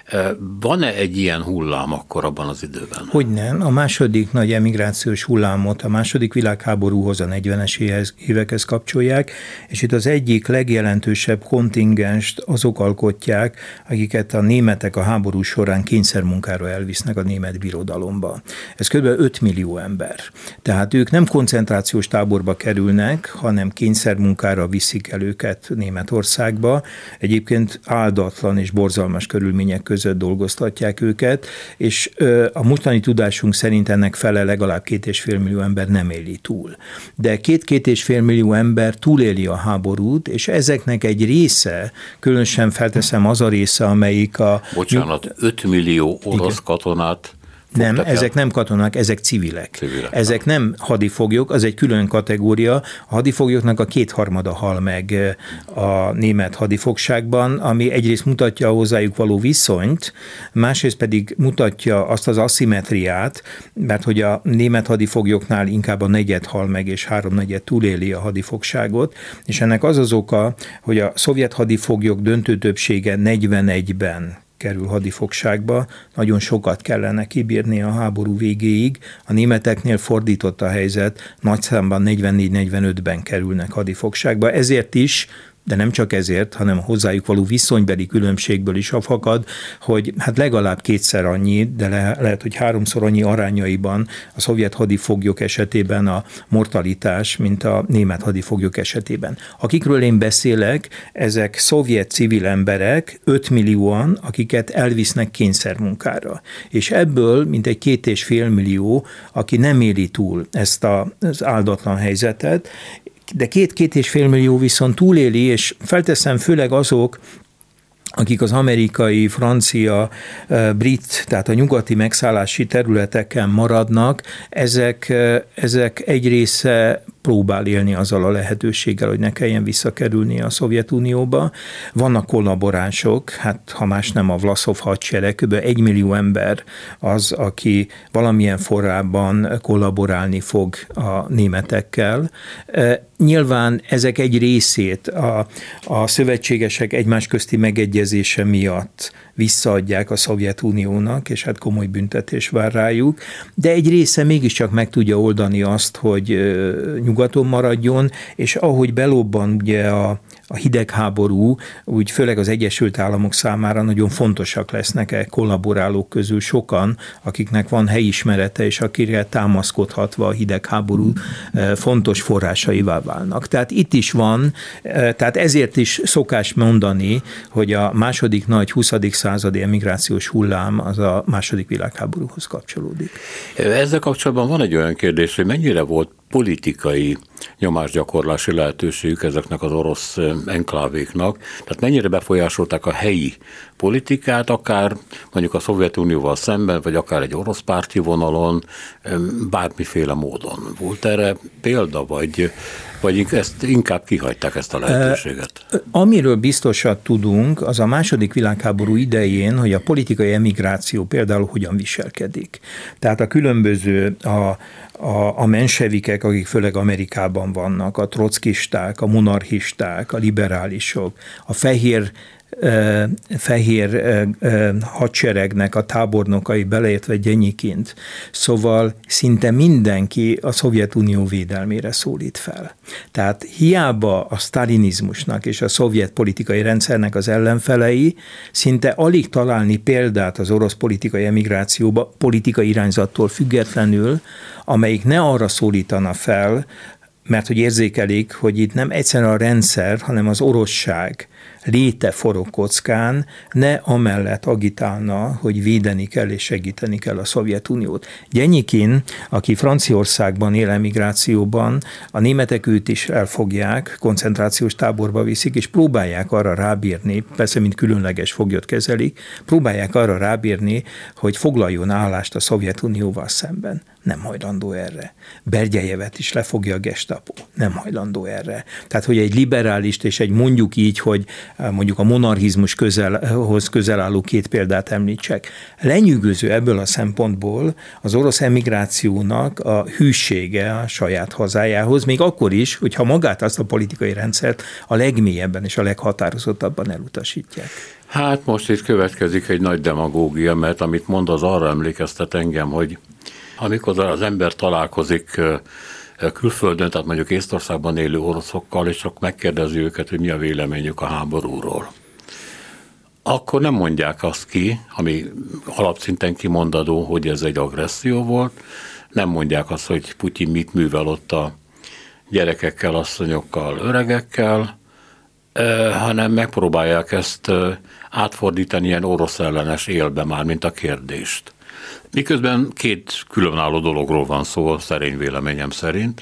Van-e egy ilyen hullám akkor abban az időben? Hogy nem. A második nagy emigrációs hullámot a második világháborúhoz, a negyvenes évekhez kapcsolják, és itt az egyik legjelentősebb kontingenst azok alkotják, akiket a németek a háború során kényszermunkára elvisznek a német birodalomba. Ez kb. öt millió ember. Tehát ők nem koncentrációs táborba kerülnek, hanem kényszermunkára viszik el őket Németországba. Egyébként áldatlan és borzalmas körülmények között dolgoztatják őket, és a mostani tudásunk szerint ennek fele legalább két és fél millió ember nem éli túl. De két-két és fél millió ember túléli a háborút, és ezeknek egy része, különösen felteszem az a része, amelyik a... Bocsánat, öt millió orosz igen. katonát Nem, ezek nem katonák, ezek civilek. civilek. Ezek nem hadifoglyok, az egy külön kategória. A hadifoglyoknak a kétharmada hal meg a német hadifogságban, ami egyrészt mutatja a hozzájuk való viszonyt, másrészt pedig mutatja azt az aszimmetriát, mert hogy a német hadifoglyoknál inkább a negyed hal meg, és háromnegyed túléli a hadifogságot, és ennek az az oka, hogy a szovjet hadifoglyok döntő többsége negyvenegyben kerül hadifogságba, nagyon sokat kellene kibírni a háború végéig. A németeknél fordított a helyzet, nagy számban negyvennégy-negyvenötben kerülnek hadifogságba. Ezért is, de nem csak ezért, hanem hozzájuk való viszonybeli különbségből is fakad, hogy hát legalább kétszer annyi, de le, lehet, hogy háromszor annyi arányaiban a szovjet hadifoglyok esetében a mortalitás, mint a német hadifoglyok esetében. Akikről én beszélek, ezek szovjet civil emberek, öt millióan, akiket elvisznek kényszermunkára. És ebből mintegy két és fél millió, aki nem éli túl ezt a, az áldatlan helyzetet, de két-két és fél millió viszont túléli, és felteszem főleg azok, akik az amerikai, francia, brit, tehát a nyugati megszállási területeken maradnak, ezek, ezek egy része próbál élni azzal a lehetőséggel, hogy ne kelljen visszakerülni a Szovjetunióba. Vannak kollaboránsok, hát ha más nem a Vlaszov hadsereg, kb. egy millió ember az, aki valamilyen formában kollaborálni fog a németekkel. Nyilván ezek egy részét a, a szövetségesek egymás közti megegyezése miatt visszaadják a Szovjetuniónak, és hát komoly büntetés vár rájuk, de egy része mégiscsak meg tudja oldani azt, hogy nyugaton maradjon, és ahogy belobban ugye a, a hidegháború, úgy főleg az Egyesült Államok számára nagyon fontosak lesznek e kollaborálók közül sokan, akiknek van helyismerete, és akire támaszkodhatva a hidegháború fontos forrásaivá válnak. Tehát itt is van, tehát ezért is szokás mondani, hogy a második nagy huszadik századi emigrációs hullám az a második világháborúhoz kapcsolódik. Ezzel kapcsolatban van egy olyan kérdés, hogy mennyire volt politikai nyomásgyakorlási lehetőségük ezeknek az orosz enklávéknak, tehát mennyire befolyásolták a helyi politikát, akár mondjuk a Szovjetunióval szemben, vagy akár egy orosz párti vonalon, bármiféle módon. Volt erre példa, vagy, vagy ezt inkább kihagyták ezt a lehetőséget? Amiről biztosat tudunk, az a második világháború idején, hogy a politikai emigráció például hogyan viselkedik. Tehát a különböző, a, a, a mensevikek, akik főleg Amerikában vannak, a trockisták, a monarchisták, a liberálisok, a fehér fehér hadseregnek a tábornokai, beleértve Gyenyikint. Szóval szinte mindenki a Szovjetunió védelmére szólít fel. Tehát hiába a sztálinizmusnak és a szovjet politikai rendszernek az ellenfelei szinte alig találni példát az orosz politikai emigrációba, politikai irányzattól függetlenül, amelyik ne arra szólítana fel, mert hogy érzékelik, hogy itt nem egyszerűen a rendszer, hanem az oroszság léte forog kockán, ne amellett agitálna, hogy védeni kell és segíteni kell a Szovjetuniót. Gyenyikin, aki Franciaországban él emigrációban, a németek őt is elfogják, koncentrációs táborba viszik, és próbálják arra rábírni, persze mint különleges foglyot kezelik, próbálják arra rábírni, hogy foglaljon állást a Szovjetunióval szemben. Nem hajlandó erre. Bergyejevet is lefogja a Gestapo. Nem hajlandó erre. Tehát, hogy egy liberálist és egy mondjuk így, hogy mondjuk a monarchizmus közelhoz közel álló két példát említsek. Lenyűgöző ebből a szempontból az orosz emigrációnak a hűsége a saját hazájához, még akkor is, hogyha magát azt a politikai rendszert a legmélyebben és a leghatározottabban elutasítják. Hát most itt következik egy nagy demagógia, mert amit mond, az arra emlékeztet engem, hogy amikor az ember találkozik külföldön, tehát mondjuk Észtországban élő oroszokkal, és csak megkérdezi őket, hogy mi a véleményük a háborúról, akkor nem mondják azt ki, ami alapszinten kimondadó, hogy ez egy agresszió volt, nem mondják azt, hogy Putyin mit művel ott a gyerekekkel, asszonyokkal, öregekkel, hanem megpróbálják ezt átfordítani ilyen orosz ellenes élbe már, mint a kérdést. Miközben két különálló dologról van szó, szerény véleményem szerint.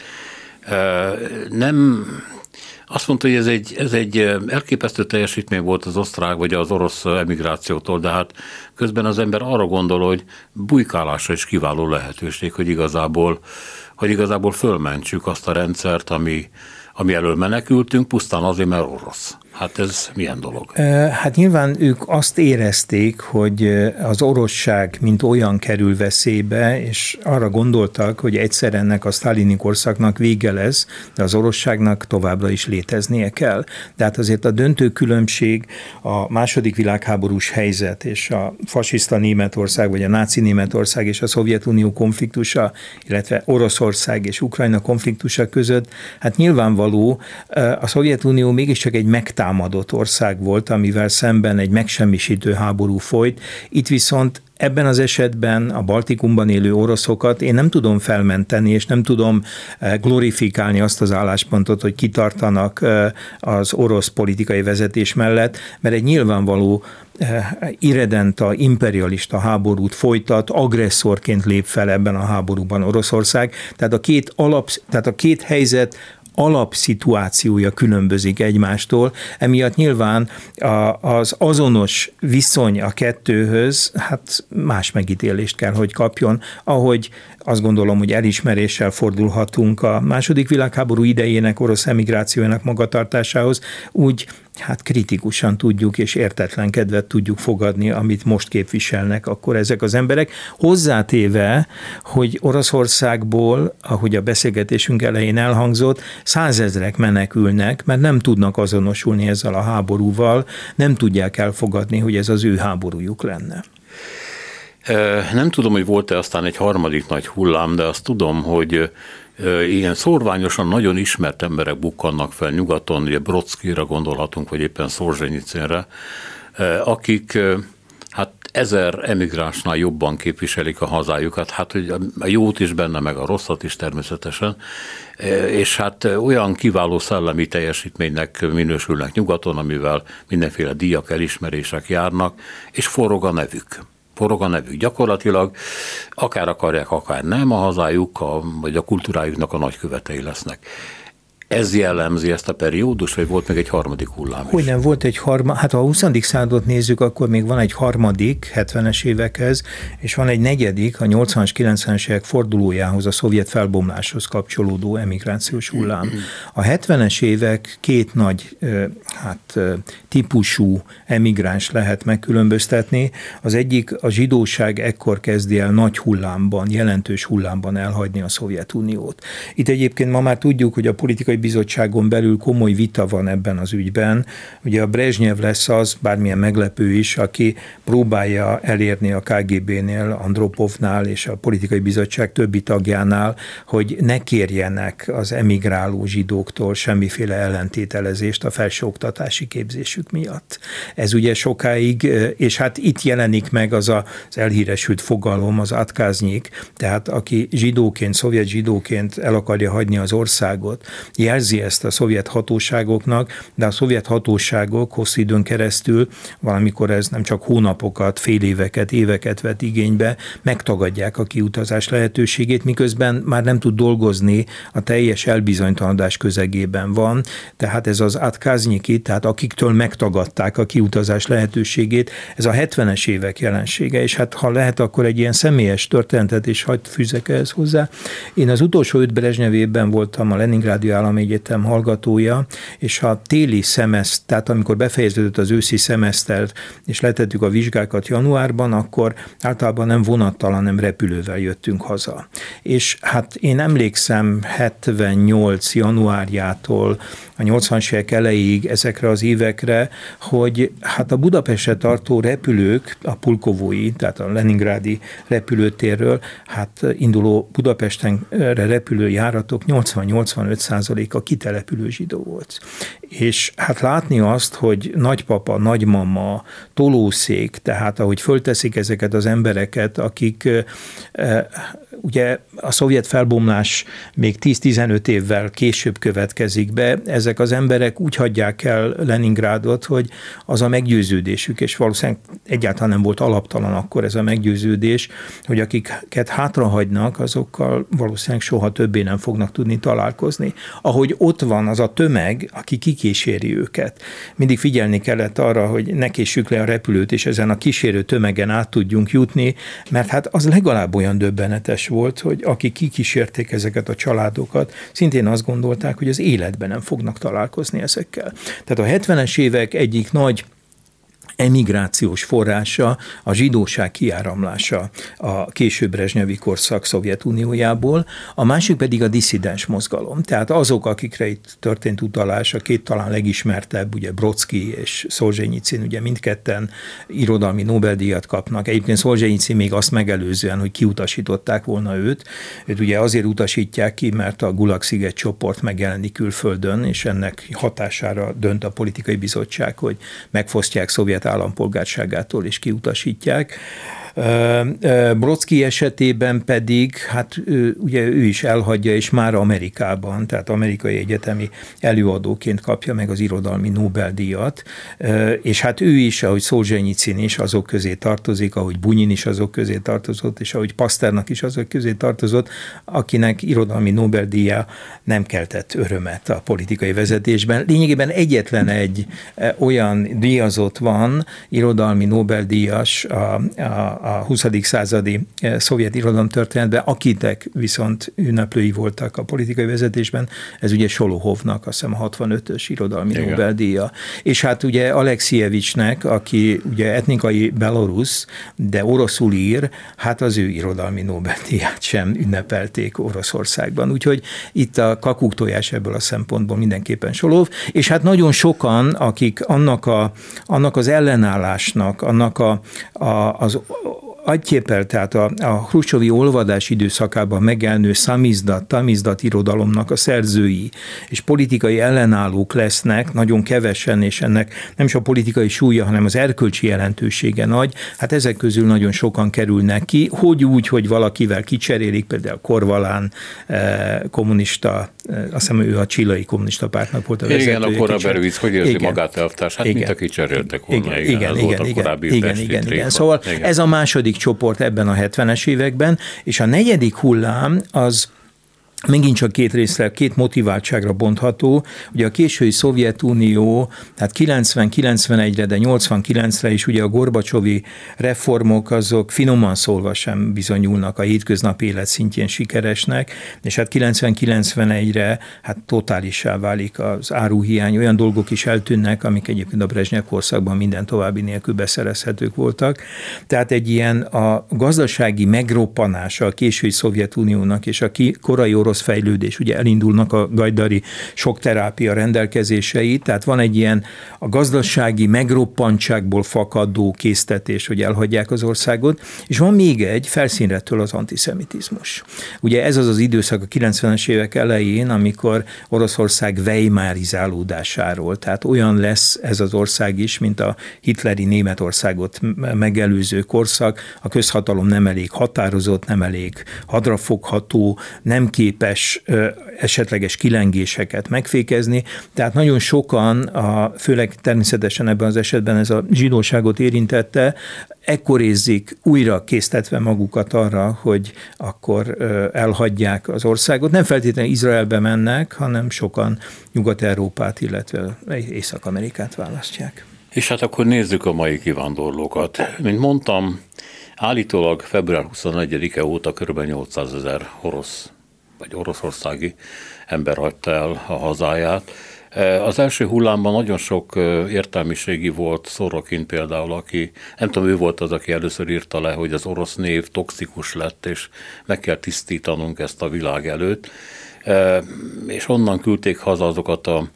Nem, azt mondta, hogy ez egy, ez egy elképesztő teljesítmény volt az osztrák vagy az orosz emigrációtól, de hát közben az ember arra gondol, hogy bujkálásra is kiváló lehetőség, hogy igazából, hogy igazából fölmentsük azt a rendszert, ami, ami elől menekültünk, pusztán azért, mert orosz. Hát ez milyen dolog? Hát nyilván ők azt érezték, hogy az oroszság mint olyan kerül veszélybe, és arra gondoltak, hogy egyszer ennek a sztálini korszaknak vége lesz, de az oroszságnak továbbra is léteznie kell. De hát azért a döntő különbség a második világháborús helyzet és a fasiszta Németország, vagy a náci Németország és a Szovjetunió konfliktusa, illetve Oroszország és Ukrajna konfliktusa között, hát nyilvánvaló, a Szovjetunió mégiscsak egy megtámadott támadott ország volt, amivel szemben egy megsemmisítő háború folyt. Itt viszont ebben az esetben a Baltikumban élő oroszokat én nem tudom felmenteni, és nem tudom glorifikálni azt az álláspontot, hogy kitartanak az orosz politikai vezetés mellett, mert egy nyilvánvaló irredenta, imperialista háborút folytat, agresszorként lép fel ebben a háborúban Oroszország. Tehát a két, alap, tehát a két helyzet alapszituációja különbözik egymástól, emiatt nyilván az azonos viszony a kettőhöz, hát más megítélést kell, hogy kapjon, ahogy azt gondolom, hogy elismeréssel fordulhatunk a második világháború idejének orosz emigrációjának magatartásához, úgy hát kritikusan tudjuk és értetlenkedve tudjuk fogadni, amit most képviselnek akkor ezek az emberek. Hozzátéve, hogy Oroszországból, ahogy a beszélgetésünk elején elhangzott, százezrek menekülnek, mert nem tudnak azonosulni ezzel a háborúval, nem tudják elfogadni, hogy ez az ő háborújuk lenne. Nem tudom, hogy volt-e aztán egy harmadik nagy hullám, de azt tudom, hogy ilyen szórványosan nagyon ismert emberek bukkannak fel nyugaton, ugye Brodskira gondolhatunk, vagy éppen Szolzsenyicinre, akik hát ezer emigránsnál jobban képviselik a hazájukat, hát hogy a jót is benne, meg a rosszat is természetesen, és hát olyan kiváló szellemi teljesítménynek minősülnek nyugaton, amivel mindenféle díjak, elismerések járnak, és forog a nevük. Forog a nevük. Gyakorlatilag akár akarják, akár nem, a hazájuk, a, vagy a kultúrájuknak a nagykövetei lesznek. Ez jellemzi ezt a periódus, vagy volt még egy harmadik hullám is? Hogy nem volt egy harmadik, hát ha a huszadik századot nézzük, akkor még van egy harmadik, hetvenes évekhez, és van egy negyedik, a nyolcvanas, kilencvenes évek fordulójához, a szovjet felbomláshoz kapcsolódó emigrációs hullám. A hetvenes évek két nagy hát, típusú emigráns lehet megkülönböztetni. Az egyik, a zsidóság ekkor kezdi el nagy hullámban, jelentős hullámban elhagyni a Szovjetuniót. Itt egyébként ma már tudjuk, hogy a politikai politikai bizottságon belül komoly vita van ebben az ügyben. Ugye a Brezsnyev lesz az, bármilyen meglepő is, aki próbálja elérni a ká gé bénél, Andropovnál és a politikai bizottság többi tagjánál, hogy ne kérjenek az emigráló zsidóktól semmiféle ellentételezést a felsőoktatási képzésük miatt. Ez ugye sokáig, és hát itt jelenik meg az az elhíresült fogalom, az atkáznyik, tehát aki zsidóként, szovjet zsidóként el akarja hagyni az országot, jelzi ezt a szovjet hatóságoknak, de a szovjet hatóságok hosszú időn keresztül, valamikor ez nem csak hónapokat, fél éveket, éveket vett igénybe, megtagadják a kiutazás lehetőségét, miközben már nem tud dolgozni, a teljes elbizonytalanodás közegében van, tehát ez az atkáznyiki, tehát akiktől megtagadták a kiutazás lehetőségét, ez a hetvenes évek jelensége, és hát ha lehet, akkor egy ilyen személyes történetet is hagyd fűzzek ehhez hozzá. Én az utolsó öt Brezsnyev évben voltam a Leningrádi Állami Egyetem hallgatója, és a téli szemeszter, tehát amikor befejeződött az őszi szemeszter, és letettük a vizsgákat januárban, akkor általában nem vonattal, hanem repülővel jöttünk haza. És hát én emlékszem hetvennyolc januárjától a nyolcvanas évek elejéig ezekre az évekre, hogy hát a Budapestre tartó repülők, a pulkovói, tehát a leningrádi repülőtérről, hát induló Budapestenre repülő járatok nyolcvan-nyolcvanöt százaléka kitelepülő zsidó volt. És hát látni azt, hogy nagypapa, nagymama, tolószék, tehát ahogy fölteszik ezeket az embereket, akik e, ugye a szovjet felbomlás még tíz-tizenöt évvel később következik be, ezek az emberek úgy hagyják el Leningrádot, hogy az a meggyőződésük, és valószínűleg egyáltalán nem volt alaptalan akkor ez a meggyőződés, hogy akiket hátrahagynak, azokkal valószínűleg soha többé nem fognak tudni találkozni. Ahogy ott van az a tömeg, aki kikíséri őket. Mindig figyelni kellett arra, hogy ne késsük le a repülőt, és ezen a kísérő tömegen át tudjunk jutni, mert hát az legalább olyan döbbenetes volt, hogy akik kikísérték ezeket a családokat, szintén azt gondolták, hogy az életben nem fognak találkozni ezekkel. Tehát a hetvenes évek egyik nagy emigrációs forrása a zsidóság kiáramlása a később brezsnyevi korszak Szovjetuniójából, a másik pedig a disszidens mozgalom. Tehát azok, akikre itt történt utalás, a két talán legismertebb, ugye Brodsky és Szolzsenyicin, ugye mindketten irodalmi Nobel-díjat kapnak. Egyébként Szolzsenyicin még azt megelőzően, hogy kiutasították volna őt. Őt ugye azért utasítják ki, mert a Gulag-sziget csoport megjelenik külföldön, és ennek hatására dönt a politikai bizottság, hogy megfosztják szovjet állampolgárságától és kiutasítják. Brodsky esetében pedig, hát ugye ő is elhagyja, és már Amerikában, tehát amerikai egyetemi előadóként kapja meg az irodalmi Nobel-díjat, és hát ő is, ahogy Szolzsenyicin is azok közé tartozik, ahogy Bunyin is azok közé tartozott, és ahogy Pasternak is azok közé tartozott, akinek irodalmi Nobel-díja nem keltett örömet a politikai vezetésben. Lényegében egyetlen egy olyan díjazott van, irodalmi Nobel-díjas a, a a huszadik századi szovjet irodalomtörténetben, akitek viszont ünneplői voltak a politikai vezetésben, ez ugye Solohovnak, azt hiszem a hatvanötös irodalmi Igen. Nobel-díja. És hát ugye Alexievicsnek, aki ugye etnikai belorusz, de oroszul ír, hát az ő irodalmi Nobel-díját sem ünnepelték Oroszországban. Úgyhogy itt a kakuktojás ebből a szempontból mindenképpen Solov, és hát nagyon sokan, akik annak, a, annak az ellenállásnak, annak a, a, az Agytjépel, tehát a, a hruscsovi olvadás időszakában megjelenő szamizdat, tamizdat irodalomnak a szerzői és politikai ellenállók lesznek, nagyon kevesen, és ennek nem is a politikai súlya, hanem az erkölcsi jelentősége nagy. Hát ezek közül nagyon sokan kerülnek ki, hogy úgy, hogy valakivel kicserélik, például Korvalán eh, kommunista, eh, azt hiszem ő a Csillai Kommunista Pártnak volt a vezetője. Igen, a Korabelvic, hogy érzi igen. magát elvtárs? Hát igen. mint aki cseréltek volna. Igen, igen, igen, igen, igen, igen, igen. Szóval igen. ez a második csoport ebben a hetvenes években, és a negyedik hullám az megint csak két részre, két motiváltságra bontható. Ugye a késői Szovjetunió, tehát kilencven-kilencvenegyre, de nyolcvankilencre is ugye a Gorbacsovi reformok azok finoman szólva sem bizonyulnak a hétköznapi élet szintjén sikeresnek, és hát kilencven-kilencvenegyre hát totálissá válik az áruhiány, olyan dolgok is eltűnnek, amik egyébként a Brezsnyev korszakban minden további nélkül beszerezhetők voltak. Tehát egy ilyen a gazdasági megroppanása a késői Szovjetuniónak és a korai orosz fejlődés, ugye elindulnak a gajdari sokterápia rendelkezései, tehát van egy ilyen a gazdasági megroppantságból fakadó késztetés, hogy elhagyják az országot, és van még egy felszínre től az antiszemitizmus. Ugye ez az az időszak a kilencvenes évek elején, amikor Oroszország weimarizálódásáról, tehát olyan lesz ez az ország is, mint a hitleri Németországot megelőző korszak, a közhatalom nem elég határozott, nem elég hadrafogható, nem képes esetleges kilengéseket megfékezni, tehát nagyon sokan, a, főleg természetesen ebben az esetben ez a zsidóságot érintette, ekkor érzik újra késztetve magukat arra, hogy akkor elhagyják az országot. Nem feltétlenül Izraelbe mennek, hanem sokan Nyugat-Európát, illetve Észak-Amerikát választják. És hát akkor nézzük a mai kivándorlókat. Mint mondtam, állítólag február huszonegyedike óta kb. nyolcszázezer orosz vagy oroszországi ember hagyta el a hazáját. Az első hullámban nagyon sok értelmiségi volt, Szorokin például, aki, nem tudom, ő volt az, aki először írta le, hogy az orosz név toxikus lett, és meg kell tisztítanunk ezt a világ előtt. És onnan küldték haza azokat a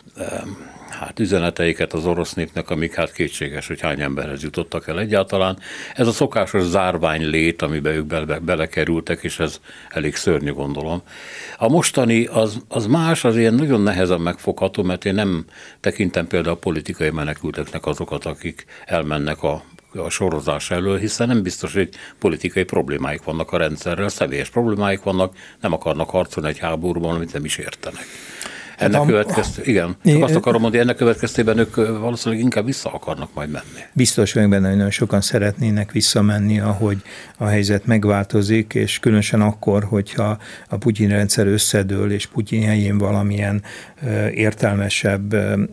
hát üzeneteiket az orosz népnek, amik hát kétséges, hogy hány emberhez jutottak el egyáltalán. Ez a szokásos zárvány lét, amiben ők bele, belekerültek, és ez elég szörnyű, gondolom. A mostani az, az más, az ilyen nagyon nehezen megfogható, mert én nem tekintem például a politikai menekülteknek azokat, akik elmennek a a sorozás elől, hiszen nem biztos, hogy politikai problémáik vannak a rendszerrel, személyes problémáik vannak, nem akarnak harcolni egy háborúban, amit nem is értenek. Ennek következtében, igen, csak azt akarom mondani, ennek következtében ők valószínűleg inkább vissza akarnak majd menni. Biztos vagyok benne, hogy nagyon sokan szeretnének visszamenni, ahogy a helyzet megváltozik, és különösen akkor, hogyha a Putyin rendszer összedől, és Putyin helyén valamilyen értelmesebb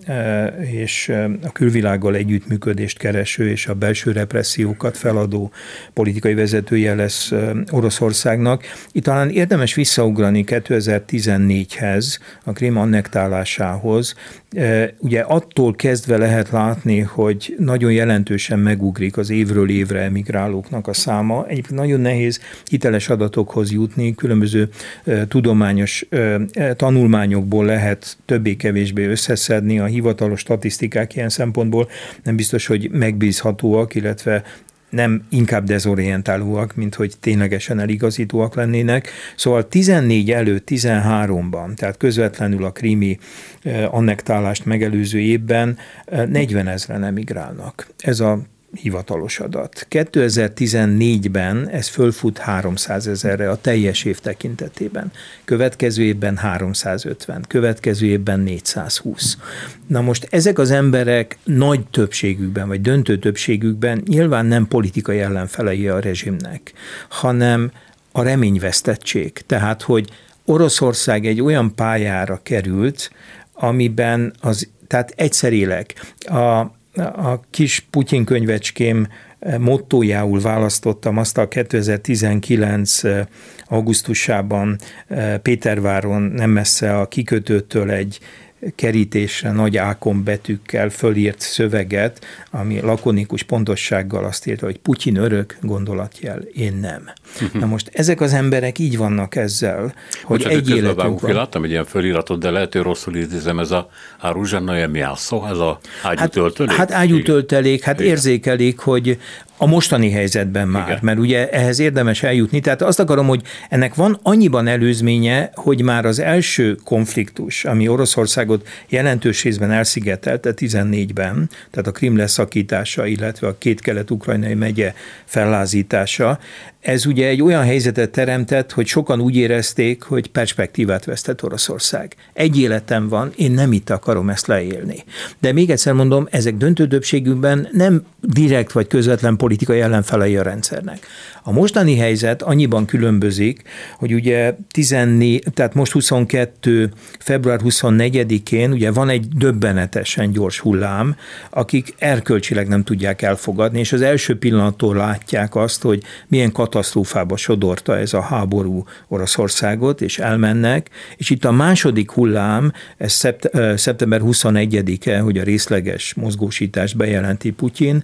és a külvilággal együttműködést kereső és a belső repressziókat feladó politikai vezetője lesz Oroszországnak. Itt talán érdemes visszaugrani kétezer-tizennégyhez, a Krím annektálásához. Ugye attól kezdve lehet látni, hogy nagyon jelentősen megugrik az évről évre emigrálóknak a száma. Egyébként nagyon nehéz hiteles adatokhoz jutni, különböző tudományos tanulmányokból lehet többé-kevésbé összeszedni, a hivatalos statisztikák ilyen szempontból nem biztos, hogy megbízhatóak, illetve nem inkább dezorientálóak, mint hogy ténylegesen eligazítóak lennének. Szóval tizennégy előtt, tizenháromban, tehát közvetlenül a krími annektálást megelőző évben negyvenezren emigrálnak. Ez a hivatalos adat. kétezer-tizennégyben ez fölfut háromszázezerre a teljes év tekintetében. Következő évben háromszázötven, következő évben négyszázhúsz. Na most ezek az emberek nagy többségükben, vagy döntő többségükben nyilván nem politikai ellenfelei a rezsimnek, hanem a reményvesztettség. Tehát, hogy Oroszország egy olyan pályára került, amiben az, tehát egyszer élek, a A kis Putyin könyvecském mottójául választottam azt a kétezer-tizenkilenc augusztusában Péterváron nem messze a kikötőtől egy kerítésre nagy ákon betűkkel fölírt szöveget, ami lakonikus pontossággal azt írta, hogy Putyin örök, gondolatjel, én nem. Uh-huh. Na most ezek az emberek így vannak ezzel, hogy Bocsánat, egy életünk van. Láttam egy ilyen föliratot, de lehet, hogy rosszul idézem, ez a Ruzsannaja miászó, ez a ágyútöltelék? Hát, hát ágyútöltelék, hát Igen. érzékelik, hogy a mostani helyzetben már, Igen. mert ugye ehhez érdemes eljutni. Tehát azt akarom, hogy ennek van annyiban előzménye, hogy már az első konfliktus, ami Oroszországot jelentős részben elszigetelte tizennégyben, tehát a Krím leszakítása, illetve a két kelet-ukrajnai megye fellázítása, ez ugye egy olyan helyzetet teremtett, hogy sokan úgy érezték, hogy perspektívát vesztett Oroszország. Egy életem van, én nem itt akarom ezt leélni. De még egyszer mondom, ezek döntő többségükben nem direkt vagy közvetlen politikai ellenfelei a rendszernek. A mostani helyzet annyiban különbözik, hogy ugye tizennégy, tehát most huszonkettő február huszonnegyedikén ugye van egy döbbenetesen gyors hullám, akik erkölcsileg nem tudják elfogadni, és az első pillanattól látják azt, hogy milyen katasztrófába sodorta ez a háború Oroszországot, és elmennek, és itt a második hullám, ez szept- szeptember huszonegyedike, hogy a részleges mozgósítást bejelenti Putyin,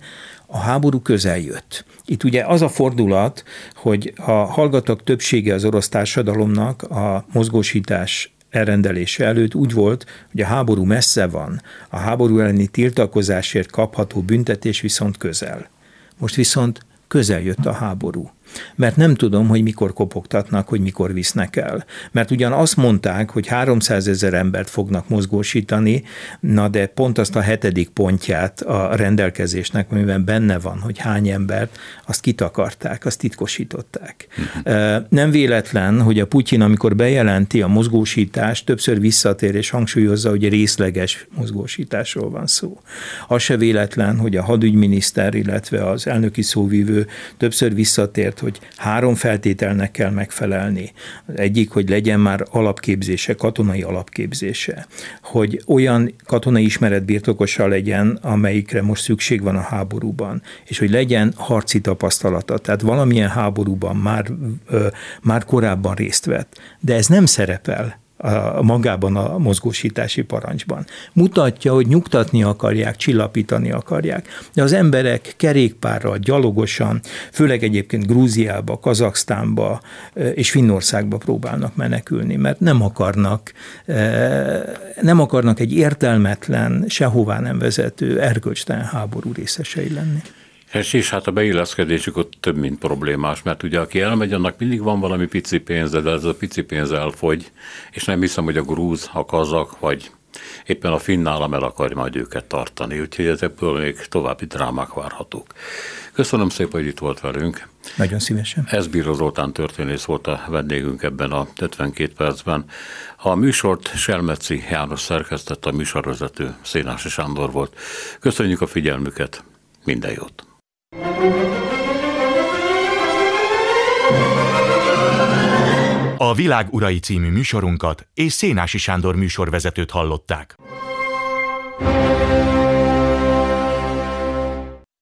A háború közel jött. Itt ugye az a fordulat, hogy a hallgatók többsége az orosz társadalomnak a mozgósítás elrendelése előtt úgy volt, hogy a háború messze van, a háború elleni tiltakozásért kapható büntetés viszont közel. Most viszont közel jött a háború. Mert nem tudom, hogy mikor kopogtatnak, hogy mikor visznek el. Mert ugyan azt mondták, hogy háromszázezer embert fognak mozgósítani, na de pont azt a hetedik pontját a rendelkezésnek, amiben benne van, hogy hány embert, azt kitakarták, azt titkosították. Uh-huh. Nem véletlen, hogy a Putyin, amikor bejelenti a mozgósítást, többször visszatér és hangsúlyozza, hogy részleges mozgósításról van szó. Az se véletlen, hogy a hadügyminiszter, illetve az elnöki szóvivő többször visszatért, hogy három feltételnek kell megfelelni. Az egyik, hogy legyen már alapképzése, katonai alapképzése, hogy olyan katonai ismeret birtokosa legyen, amelyikre most szükség van a háborúban, és hogy legyen harci tapasztalata, tehát valamilyen háborúban már, ö, már korábban részt vett. De ez nem szerepel a magában a mozgósítási parancsban. Mutatja, hogy nyugtatni akarják, csillapítani akarják, de az emberek kerékpárral, gyalogosan, főleg egyébként Grúziába, Kazaksztánba és Finnországba próbálnak menekülni, mert nem akarnak, nem akarnak egy értelmetlen, sehová nem vezető, erkölcstelen háború részesei lenni. És hát a beilleszkedésük ott több, mint problémás, mert ugye aki elmegy, annak mindig van valami pici pénze, de ez a pici pénz elfogy, és nem hiszem, hogy a grúz, a kazak, vagy éppen a finn állam el akarja majd őket tartani, úgyhogy ezekből még további drámák várhatók. Köszönöm szépen, hogy itt volt velünk. Nagyon szívesen. Eszbíró Zoltán történész volt a vendégünk ebben a ötvenkét percben. A műsort Selmeci János szerkesztette, a műsorvezető Szénási Sándor volt. Köszönjük a figyelmüket, minden jót! A Világ urai című műsorunkat és Szénási Sándor műsorvezetőt hallották.